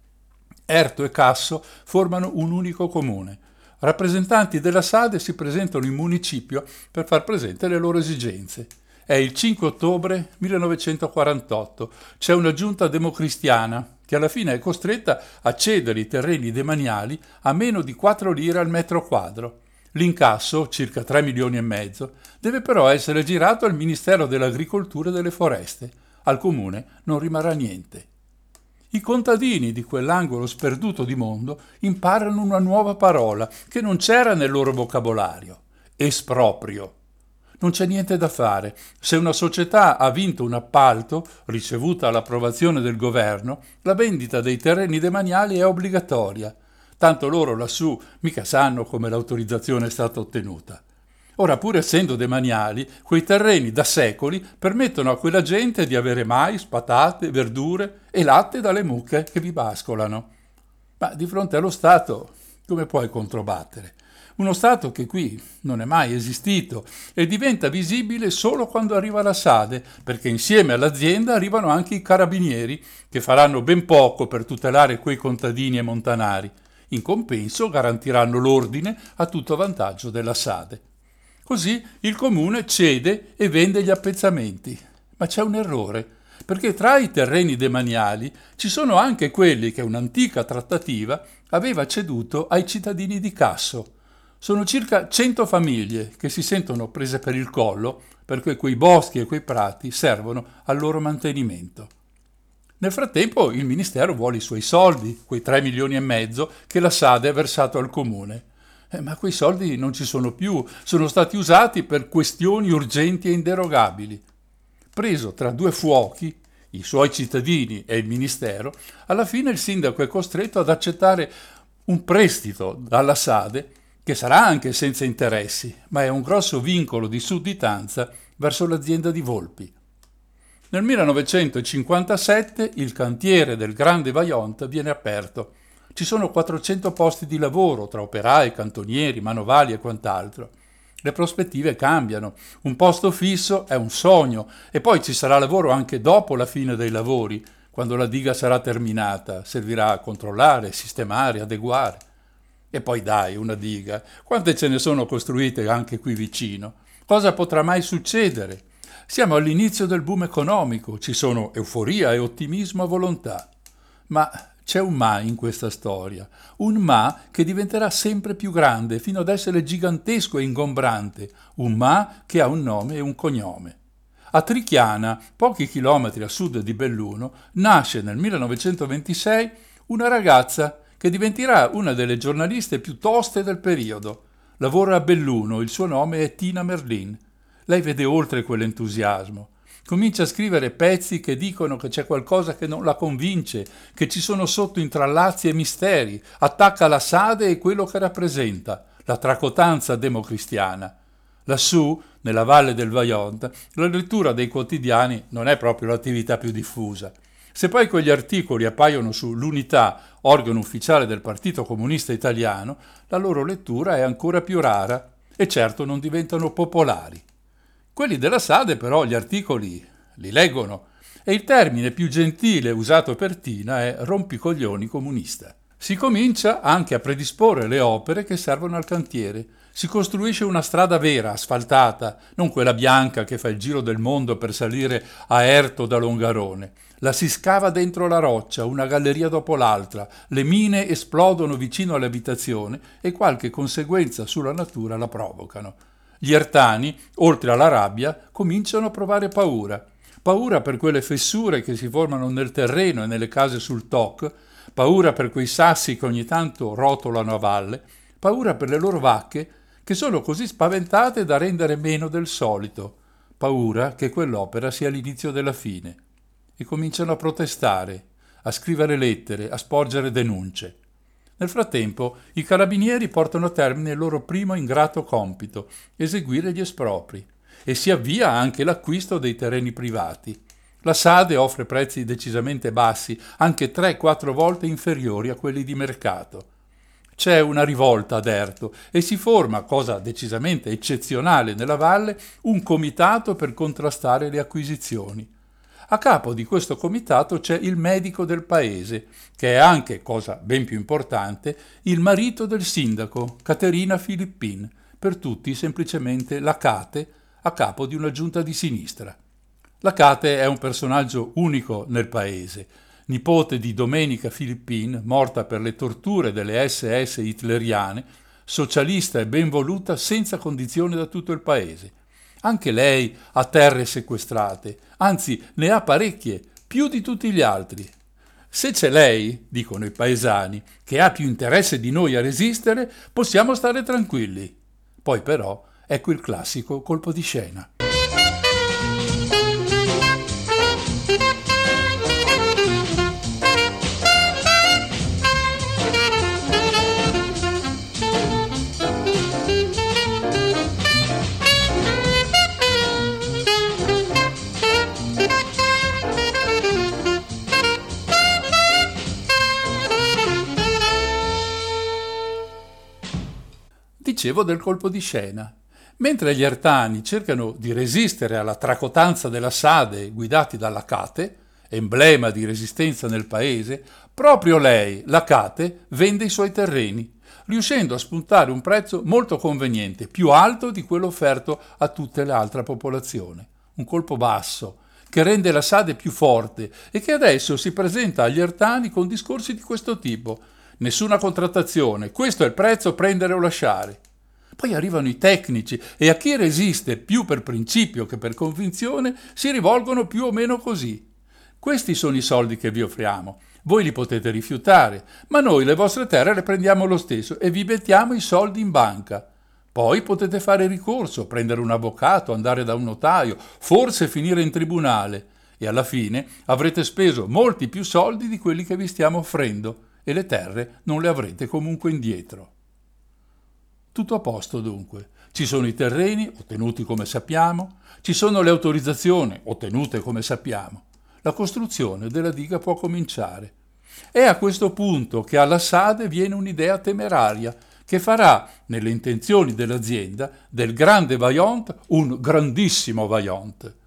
Erto e Casso formano un unico comune. Rappresentanti della SADE si presentano in municipio per far presente le loro esigenze. È il cinque ottobre millenovecentoquarantotto. C'è una giunta democristiana che alla fine è costretta a cedere i terreni demaniali a meno di quattro lire al metro quadro. L'incasso, circa tre milioni e mezzo, deve però essere girato al Ministero dell'Agricoltura e delle Foreste. Al comune non rimarrà niente. I contadini di quell'angolo sperduto di mondo imparano una nuova parola che non c'era nel loro vocabolario: esproprio. Non c'è niente da fare. Se una società ha vinto un appalto, ricevuta l'approvazione del governo, la vendita dei terreni demaniali è obbligatoria. Tanto loro lassù mica sanno come l'autorizzazione è stata ottenuta. Ora, pur essendo demaniali, quei terreni da secoli permettono a quella gente di avere mais, patate, verdure e latte dalle mucche che vi pascolano. Ma di fronte allo Stato, come puoi controbattere? Uno Stato che qui non è mai esistito e diventa visibile solo quando arriva la SADE, perché insieme all'azienda arrivano anche i carabinieri, che faranno ben poco per tutelare quei contadini e montanari. In compenso garantiranno l'ordine a tutto vantaggio della SADE. Così il comune cede e vende gli appezzamenti. Ma c'è un errore, perché tra i terreni demaniali ci sono anche quelli che un'antica trattativa aveva ceduto ai cittadini di Casso. Sono circa cento famiglie che si sentono prese per il collo perché quei boschi e quei prati servono al loro mantenimento. Nel frattempo il Ministero vuole i suoi soldi, quei tre milioni e mezzo che la SADE ha versato al comune. Eh, ma quei soldi non ci sono più, sono stati usati per questioni urgenti e inderogabili. Preso tra due fuochi, i suoi cittadini e il Ministero, alla fine il sindaco è costretto ad accettare un prestito dalla SADE che sarà anche senza interessi, ma è un grosso vincolo di sudditanza verso l'azienda di Volpi. Nel millenovecentocinquantasette il cantiere del Grande Vaillant viene aperto. Ci sono quattrocento posti di lavoro tra operai, cantonieri, manovali e quant'altro. Le prospettive cambiano, un posto fisso è un sogno e poi ci sarà lavoro anche dopo la fine dei lavori, quando la diga sarà terminata, servirà a controllare, sistemare, adeguare. E poi dai, una diga, quante ce ne sono costruite anche qui vicino? Cosa potrà mai succedere? Siamo all'inizio del boom economico, ci sono euforia e ottimismo a volontà. Ma c'è un ma in questa storia, un ma che diventerà sempre più grande fino ad essere gigantesco e ingombrante, un ma che ha un nome e un cognome. A Trichiana, pochi chilometri a sud di Belluno, nasce nel millenovecentoventisei una ragazza che diventerà una delle giornaliste più toste del periodo. Lavora a Belluno, il suo nome è Tina Merlin. Lei vede oltre quell'entusiasmo. Comincia a scrivere pezzi che dicono che c'è qualcosa che non la convince, che ci sono sotto intrallazzi e misteri. Attacca la Sade e quello che rappresenta, la tracotanza democristiana. Lassù, nella valle del Vajont, la lettura dei quotidiani non è proprio l'attività più diffusa. Se poi quegli articoli appaiono su l'Unità, organo ufficiale del Partito Comunista Italiano, la loro lettura è ancora più rara e certo non diventano popolari. Quelli della Sade però gli articoli li leggono e il termine più gentile usato per Tina è rompicoglioni comunista. Si comincia anche a predisporre le opere che servono al cantiere. Si costruisce una strada vera, asfaltata, non quella bianca che fa il giro del mondo per salire a Erto da Longarone. La si scava dentro la roccia, una galleria dopo l'altra, le mine esplodono vicino alle abitazioni e qualche conseguenza sulla natura la provocano. Gli ertani, oltre alla rabbia, cominciano a provare paura. Paura per quelle fessure che si formano nel terreno e nelle case sul toc, paura per quei sassi che ogni tanto rotolano a valle, paura per le loro vacche che sono così spaventate da rendere meno del solito, paura che quell'opera sia l'inizio della fine. E cominciano a protestare, a scrivere lettere, a sporgere denunce. Nel frattempo i carabinieri portano a termine il loro primo ingrato compito, eseguire gli espropri, e si avvia anche l'acquisto dei terreni privati. La Sade offre prezzi decisamente bassi, anche tre quattro volte inferiori a quelli di mercato. C'è una rivolta ad Erto e si forma, cosa decisamente eccezionale nella valle, un comitato per contrastare le acquisizioni. A capo di questo comitato c'è il medico del paese, che è anche, cosa ben più importante, il marito del sindaco, Caterina Filippin, per tutti semplicemente la Cate, a capo di una giunta di sinistra. La Cate è un personaggio unico nel paese, nipote di Domenica Filippin, morta per le torture delle esse esse hitleriane, socialista e ben voluta senza condizioni da tutto il paese. Anche lei ha terre sequestrate, anzi ne ha parecchie, più di tutti gli altri. Se c'è lei, dicono i paesani, che ha più interesse di noi a resistere, possiamo stare tranquilli. Poi però ecco il classico colpo di scena. Dicevo del colpo di scena. Mentre gli ertani cercano di resistere alla tracotanza della Sade guidati dalla Cate, emblema di resistenza nel paese, proprio lei, la Cate, vende i suoi terreni, riuscendo a spuntare un prezzo molto conveniente, più alto di quello offerto a tutta l'altra popolazione. Un colpo basso, che rende la Sade più forte e che adesso si presenta agli ertani con discorsi di questo tipo. Nessuna contrattazione, questo è il prezzo, prendere o lasciare. Poi arrivano i tecnici e a chi resiste più per principio che per convinzione si rivolgono più o meno così. Questi sono i soldi che vi offriamo, voi li potete rifiutare, ma noi le vostre terre le prendiamo lo stesso e vi mettiamo i soldi in banca. Poi potete fare ricorso, prendere un avvocato, andare da un notaio, forse finire in tribunale e alla fine avrete speso molti più soldi di quelli che vi stiamo offrendo e le terre non le avrete comunque indietro. Tutto a posto dunque. Ci sono i terreni, ottenuti come sappiamo, ci sono le autorizzazioni, ottenute come sappiamo. La costruzione della diga può cominciare. È a questo punto che alla Sade viene un'idea temeraria che farà, nelle intenzioni dell'azienda, del grande Vajont un grandissimo Vajont.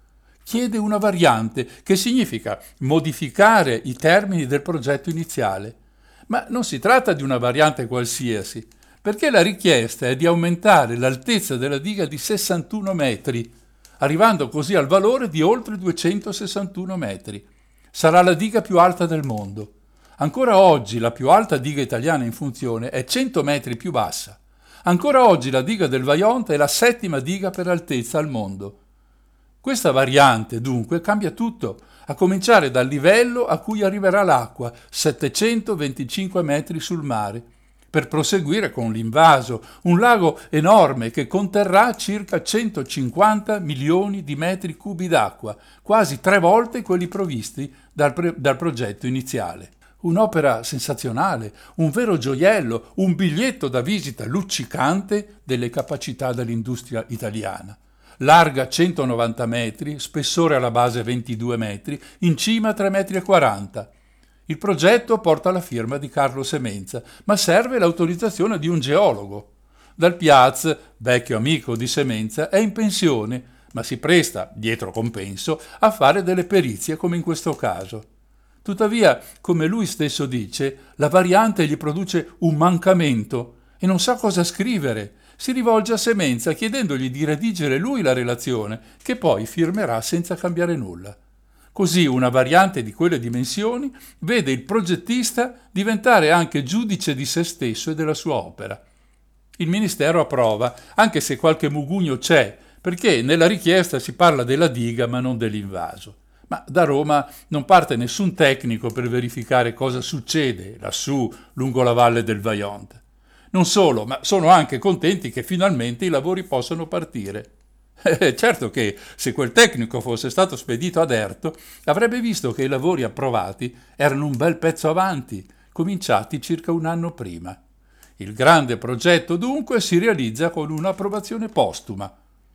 chiede una variante, che significa modificare i termini del progetto iniziale. Ma non si tratta di una variante qualsiasi, perché la richiesta è di aumentare l'altezza della diga di sessantuno metri, arrivando così al valore di oltre duecentosessantuno metri. Sarà la diga più alta del mondo. Ancora oggi la più alta diga italiana in funzione è cento metri più bassa. Ancora oggi la diga del Vajont è la settima diga per altezza al mondo. Questa variante, dunque, cambia tutto, a cominciare dal livello a cui arriverà l'acqua, settecentoventicinque metri sul mare, per proseguire con l'Invaso, un lago enorme che conterrà circa centocinquanta milioni di metri cubi d'acqua, quasi tre volte quelli provvisti dal, pre- dal progetto iniziale. Un'opera sensazionale, un vero gioiello, un biglietto da visita luccicante delle capacità dell'industria italiana. Larga centonovanta metri, spessore alla base ventidue metri, in cima tre virgola quaranta metri. Il progetto porta la firma di Carlo Semenza, ma serve l'autorizzazione di un geologo. Dal Piaz, vecchio amico di Semenza, è in pensione, ma si presta, dietro compenso, a fare delle perizie come in questo caso. Tuttavia, come lui stesso dice, la variante gli produce un mancamento e non sa cosa scrivere. Si rivolge a Semenza chiedendogli di redigere lui la relazione, che poi firmerà senza cambiare nulla. Così una variante di quelle dimensioni vede il progettista diventare anche giudice di se stesso e della sua opera. Il Ministero approva, anche se qualche mugugno c'è, perché nella richiesta si parla della diga ma non dell'invaso. Ma da Roma non parte nessun tecnico per verificare cosa succede lassù lungo la valle del Vajont. Non solo, ma sono anche contenti che finalmente i lavori possano partire. Eh, certo che se quel tecnico fosse stato spedito ad Erto, avrebbe visto che i lavori approvati erano un bel pezzo avanti, cominciati circa un anno prima. Il grande progetto dunque si realizza con un'approvazione postuma.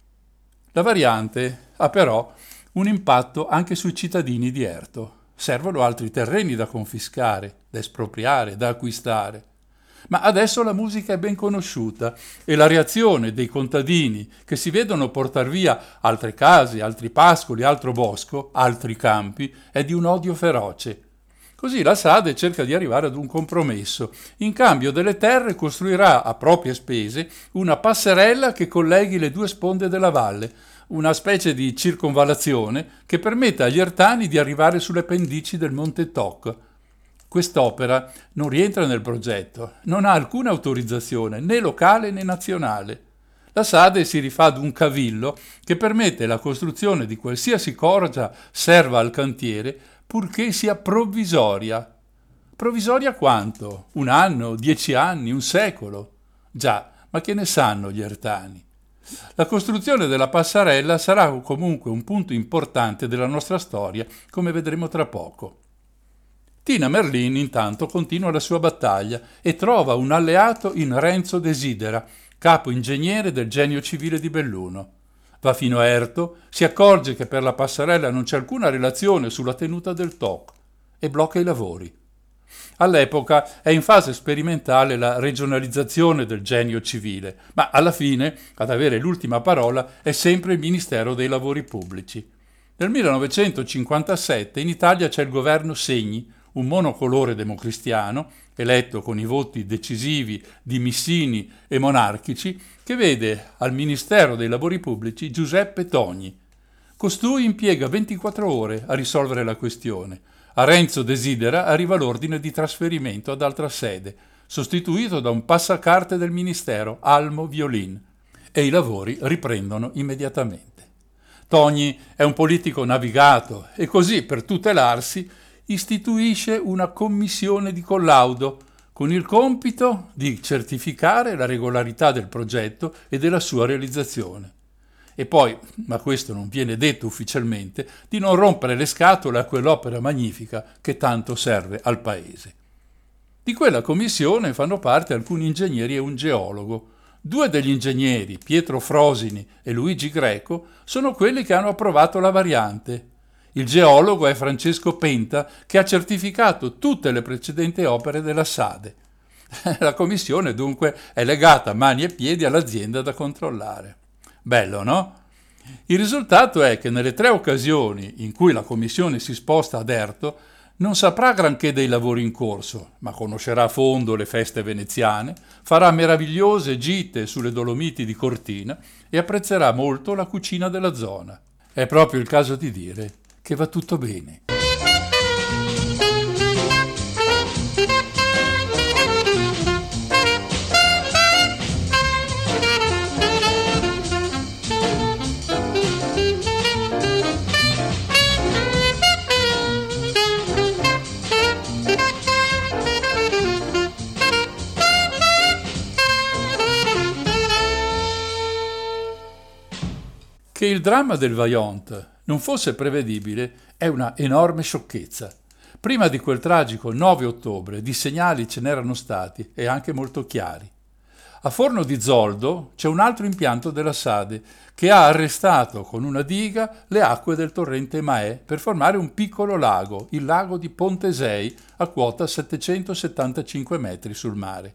La variante ha però un impatto anche sui cittadini di Erto. Servono altri terreni da confiscare, da espropriare, da acquistare. Ma adesso la musica è ben conosciuta e la reazione dei contadini che si vedono portar via altre case, altri pascoli, altro bosco, altri campi, è di un odio feroce. Così la SADE cerca di arrivare ad un compromesso. In cambio delle terre costruirà a proprie spese una passerella che colleghi le due sponde della valle, una specie di circonvallazione che permetta agli ertani di arrivare sulle pendici del Monte Toc. Quest'opera non rientra nel progetto, non ha alcuna autorizzazione, né locale né nazionale. La SADE si rifà ad un cavillo che permette la costruzione di qualsiasi cosa serva al cantiere, purché sia provvisoria. Provvisoria quanto? Un anno, dieci anni, un secolo? Già, ma che ne sanno gli ertani? La costruzione della passerella sarà comunque un punto importante della nostra storia, come vedremo tra poco. Tina Merlin intanto continua la sua battaglia e trova un alleato in Renzo Desidera, capo ingegnere del Genio Civile di Belluno. Va fino a Erto, si accorge che per la passerella non c'è alcuna relazione sulla tenuta del Toc e blocca i lavori. All'epoca è in fase sperimentale la regionalizzazione del Genio Civile, ma alla fine ad avere l'ultima parola è sempre il Ministero dei Lavori Pubblici. Nel millenovecentocinquantasette in Italia c'è il governo Segni, un monocolore democristiano, eletto con i voti decisivi di Missini e monarchici, che vede al Ministero dei Lavori Pubblici Giuseppe Togni. Costui impiega ventiquattro ore a risolvere la questione. A Renzo Desidera arriva l'ordine di trasferimento ad altra sede, sostituito da un passacarte del Ministero, Almo Violin, e i lavori riprendono immediatamente. Togni è un politico navigato e così, per tutelarsi, istituisce una commissione di collaudo con il compito di certificare la regolarità del progetto e della sua realizzazione. E poi, ma questo non viene detto ufficialmente, di non rompere le scatole a quell'opera magnifica che tanto serve al paese. Di quella commissione fanno parte alcuni ingegneri e un geologo. Due degli ingegneri, Pietro Frosini e Luigi Greco, sono quelli che hanno approvato la variante. Il geologo è Francesco Penta, che ha certificato tutte le precedenti opere della SADE. La commissione dunque è legata mani e piedi all'azienda da controllare. Bello, no? Il risultato è che nelle tre occasioni in cui la commissione si sposta ad Erto non saprà granché dei lavori in corso, ma conoscerà a fondo le feste veneziane, farà meravigliose gite sulle Dolomiti di Cortina e apprezzerà molto la cucina della zona. È proprio il caso di dire che va tutto bene. Che il dramma del Vajont non fosse prevedibile è una enorme sciocchezza. Prima di quel tragico nove ottobre di segnali ce n'erano stati e anche molto chiari. A Forno di Zoldo c'è un altro impianto della SADE che ha arrestato con una diga le acque del torrente Maè per formare un piccolo lago, il lago di Pontesei, a quota settecentosettantacinque metri sul mare.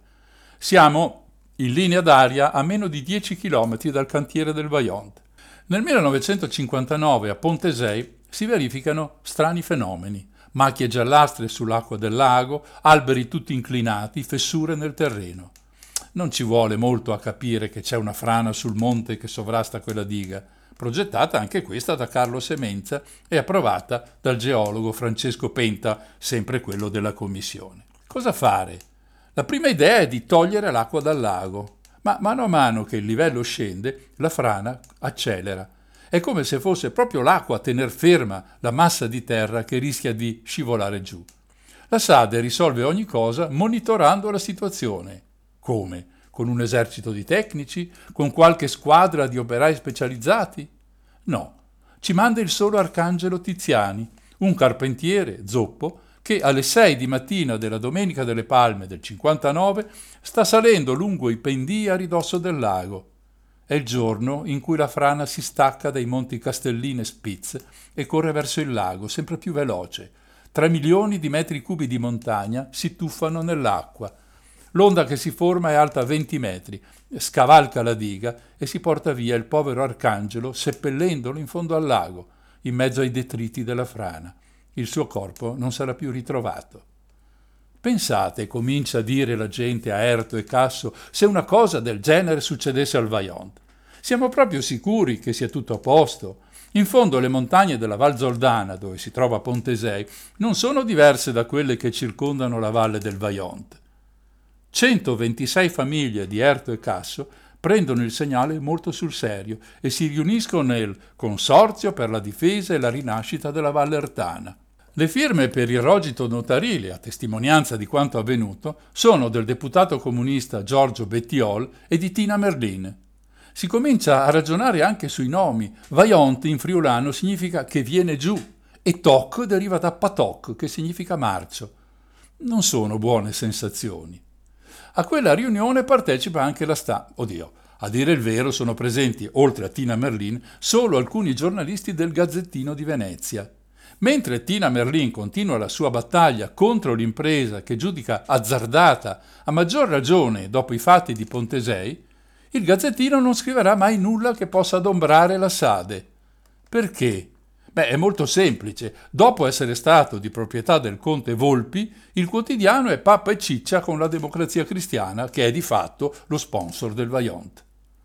Siamo in linea d'aria a meno di dieci chilometri dal cantiere del Vajont. Nel millenovecentocinquantanove a Pontesei si verificano strani fenomeni, macchie giallastre sull'acqua del lago, alberi tutti inclinati, fessure nel terreno. Non ci vuole molto a capire che c'è una frana sul monte che sovrasta quella diga, progettata anche questa da Carlo Semenza e approvata dal geologo Francesco Penta, sempre quello della commissione. Cosa fare? La prima idea è di togliere l'acqua dal lago. Ma mano a mano che il livello scende, la frana accelera. È come se fosse proprio l'acqua a tener ferma la massa di terra che rischia di scivolare giù. La SADE risolve ogni cosa monitorando la situazione. Come? Con un esercito di tecnici? Con qualche squadra di operai specializzati? No, ci manda il solo Arcangelo Tiziani, un carpentiere, zoppo, che alle sei di mattina della Domenica delle Palme del cinquantanove sta salendo lungo i pendii a ridosso del lago. È il giorno in cui la frana si stacca dai monti Castelline e Spitz e corre verso il lago, sempre più veloce. Tre milioni di metri cubi di montagna si tuffano nell'acqua. L'onda che si forma è alta venti metri, scavalca la diga e si porta via il povero Arcangelo, seppellendolo in fondo al lago, in mezzo ai detriti della frana. Il suo corpo non sarà più ritrovato. Pensate, comincia a dire la gente a Erto e Casso, se una cosa del genere succedesse al Vajont. Siamo proprio sicuri che sia tutto a posto. In fondo le montagne della Val Zoldana, dove si trova Pontesei, non sono diverse da quelle che circondano la valle del Vajont. centoventisei famiglie di Erto e Casso prendono il segnale molto sul serio e si riuniscono nel Consorzio per la difesa e la rinascita della Valle Ertana. Le firme per il rogito notarile, a testimonianza di quanto avvenuto, sono del deputato comunista Giorgio Bettiol e di Tina Merlin. Si comincia a ragionare anche sui nomi. Vajont in friulano significa che viene giù e toc deriva da patoc, che significa marcio. Non sono buone sensazioni. A quella riunione partecipa anche la stampa. Oddio, a dire il vero sono presenti, oltre a Tina Merlin, solo alcuni giornalisti del Gazzettino di Venezia. Mentre Tina Merlin continua la sua battaglia contro l'impresa che giudica azzardata, a maggior ragione dopo i fatti di Pontesei, il Gazzettino non scriverà mai nulla che possa adombrare la SADE. Perché? Beh, è molto semplice. Dopo essere stato di proprietà del conte Volpi, il quotidiano è pappa e ciccia con la Democrazia Cristiana, che è di fatto lo sponsor del Vajont.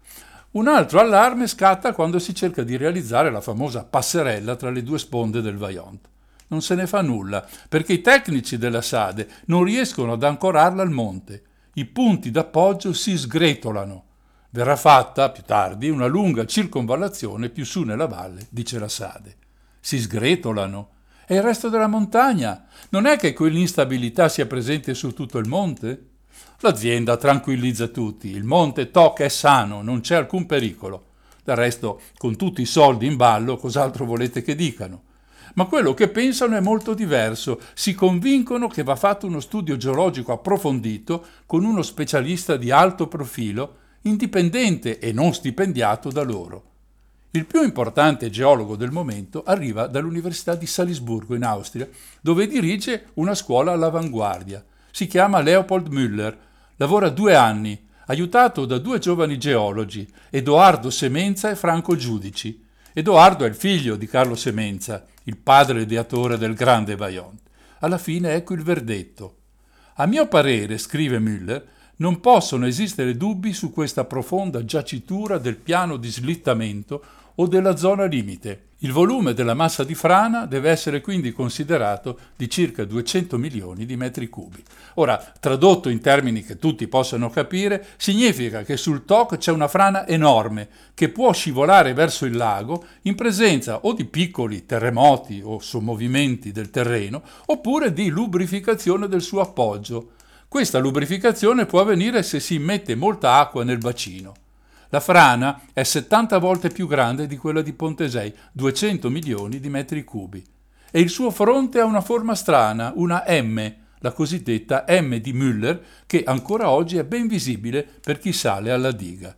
Un altro allarme scatta quando si cerca di realizzare la famosa passerella tra le due sponde del Vajont. Non se ne fa nulla, perché i tecnici della SADE non riescono ad ancorarla al monte. I punti d'appoggio si sgretolano. Verrà fatta, più tardi, una lunga circonvallazione più su nella valle, dice la SADE. Si sgretolano. E il resto della montagna? Non è che quell'instabilità sia presente su tutto il monte? L'azienda tranquillizza tutti. Il monte Toc è sano, non c'è alcun pericolo. Del resto, con tutti i soldi in ballo, cos'altro volete che dicano? Ma quello che pensano è molto diverso. Si convincono che va fatto uno studio geologico approfondito con uno specialista di alto profilo, indipendente e non stipendiato da loro. Il più importante geologo del momento arriva dall'Università di Salisburgo in Austria, dove dirige una scuola all'avanguardia. Si chiama Leopold Müller, lavora due anni, aiutato da due giovani geologi, Edoardo Semenza e Franco Giudici. Edoardo è il figlio di Carlo Semenza, il padre ideatore del grande Vaillant. Alla fine ecco il verdetto. A mio parere, scrive Müller, non possono esistere dubbi su questa profonda giacitura del piano di slittamento o della zona limite. Il volume della massa di frana deve essere quindi considerato di circa duecento milioni di metri cubi. Ora, tradotto in termini che tutti possano capire, significa che sul Toc c'è una frana enorme che può scivolare verso il lago in presenza o di piccoli terremoti o sommovimenti del terreno oppure di lubrificazione del suo appoggio. Questa lubrificazione può avvenire se si immette molta acqua nel bacino. La frana è settanta volte più grande di quella di Pontesei, duecento milioni di metri cubi. E il suo fronte ha una forma strana, una M, la cosiddetta M di Müller, che ancora oggi è ben visibile per chi sale alla diga.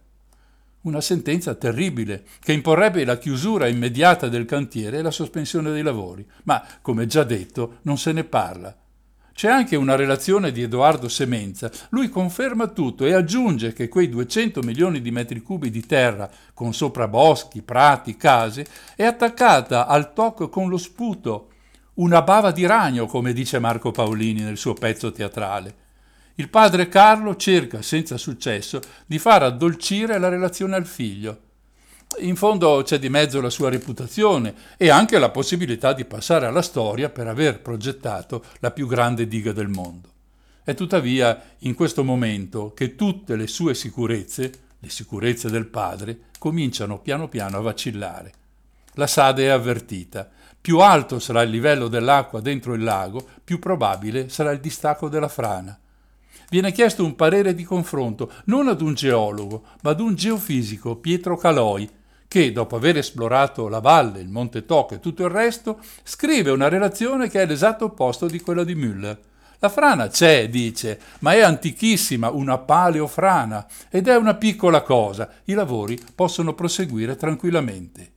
Una sentenza terribile, che imporrebbe la chiusura immediata del cantiere e la sospensione dei lavori. Ma, come già detto, non se ne parla. C'è anche una relazione di Edoardo Semenza. Lui conferma tutto e aggiunge che quei duecento milioni di metri cubi di terra, con sopra boschi, prati, case, è attaccata al Toc con lo sputo, una bava di ragno, come dice Marco Paolini nel suo pezzo teatrale. Il padre Carlo cerca, senza successo, di far addolcire la relazione al figlio. In fondo c'è di mezzo la sua reputazione e anche la possibilità di passare alla storia per aver progettato la più grande diga del mondo. È tuttavia in questo momento che tutte le sue sicurezze, le sicurezze del padre, cominciano piano piano a vacillare. La Sade è avvertita. Più alto sarà il livello dell'acqua dentro il lago, più probabile sarà il distacco della frana. Viene chiesto un parere di confronto non ad un geologo, ma ad un geofisico, Pietro Caloi, che, dopo aver esplorato la valle, il Monte Toc e tutto il resto, scrive una relazione che è l'esatto opposto di quella di Müller. La frana c'è, dice, ma è antichissima, una paleofrana, ed è una piccola cosa. I lavori possono proseguire tranquillamente.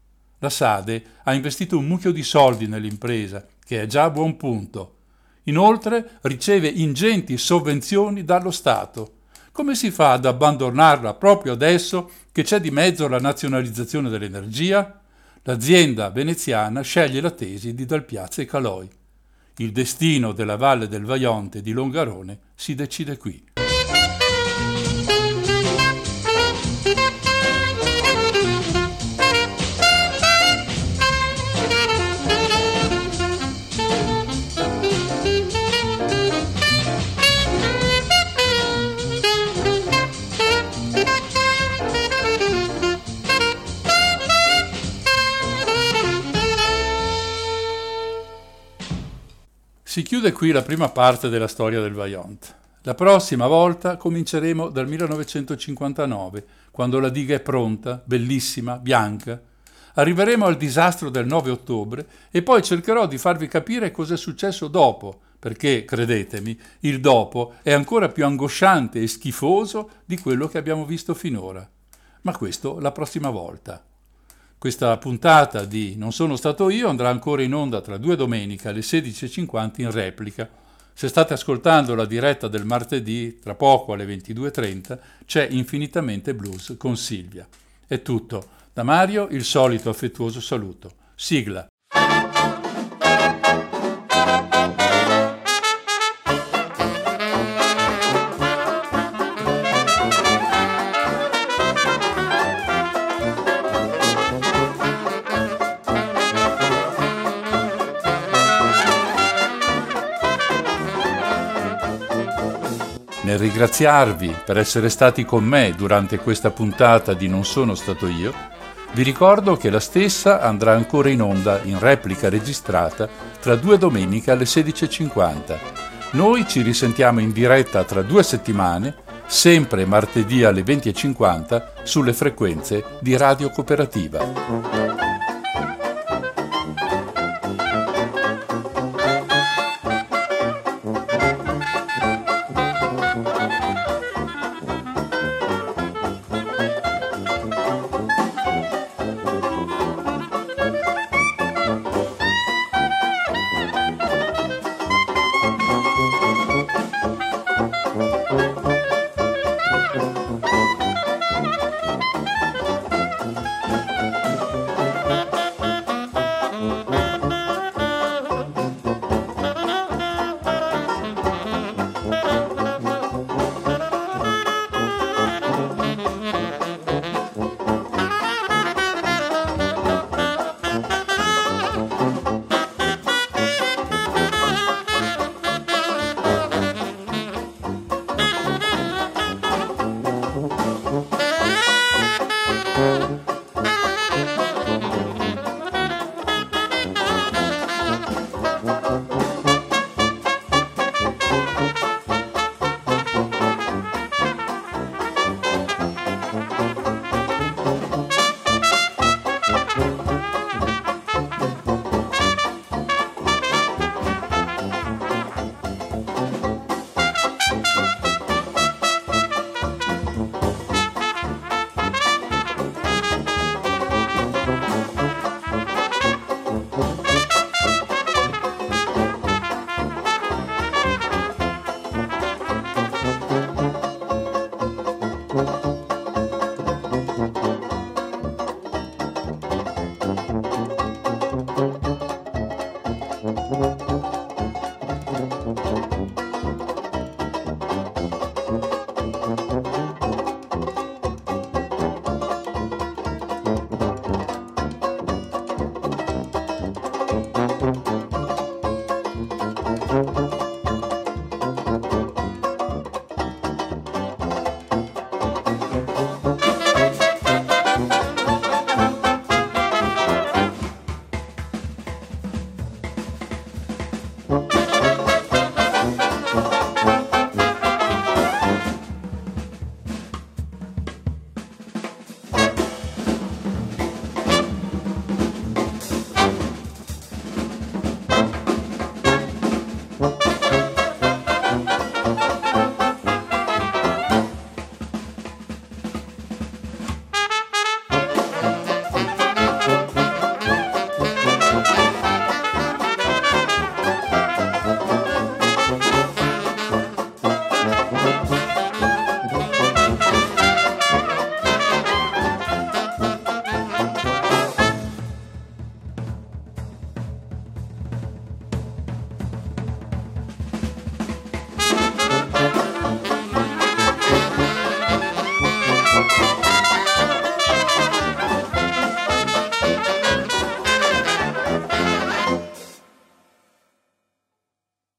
La Sade ha investito un mucchio di soldi nell'impresa, che è già a buon punto. Inoltre riceve ingenti sovvenzioni dallo Stato. Come si fa ad abbandonarla proprio adesso che c'è di mezzo la nazionalizzazione dell'energia? L'azienda veneziana sceglie la tesi di Dal Piazza e Caloi. Il destino della valle del Vaillant e di Longarone si decide qui. Si chiude qui la prima parte della storia del Vaillant. La prossima volta cominceremo dal millenovecentocinquantanove, quando la diga è pronta, bellissima, bianca. Arriveremo al disastro del nove ottobre e poi cercherò di farvi capire cosa è successo dopo, perché, credetemi, il dopo è ancora più angosciante e schifoso di quello che abbiamo visto finora. Ma questo la prossima volta. Questa puntata di Non sono stato io andrà ancora in onda tra due domeniche alle sedici e cinquanta in replica. Se state ascoltando la diretta del martedì, tra poco alle ventidue e trenta, c'è Infinitamente Blues con Silvia. È tutto. Da Mario il solito affettuoso saluto. Sigla. Nel ringraziarvi per essere stati con me durante questa puntata di Non sono stato io, vi ricordo che la stessa andrà ancora in onda in replica registrata tra due domeniche alle sedici e cinquanta. Noi ci risentiamo in diretta tra due settimane, sempre martedì alle venti e cinquanta, sulle frequenze di Radio Cooperativa.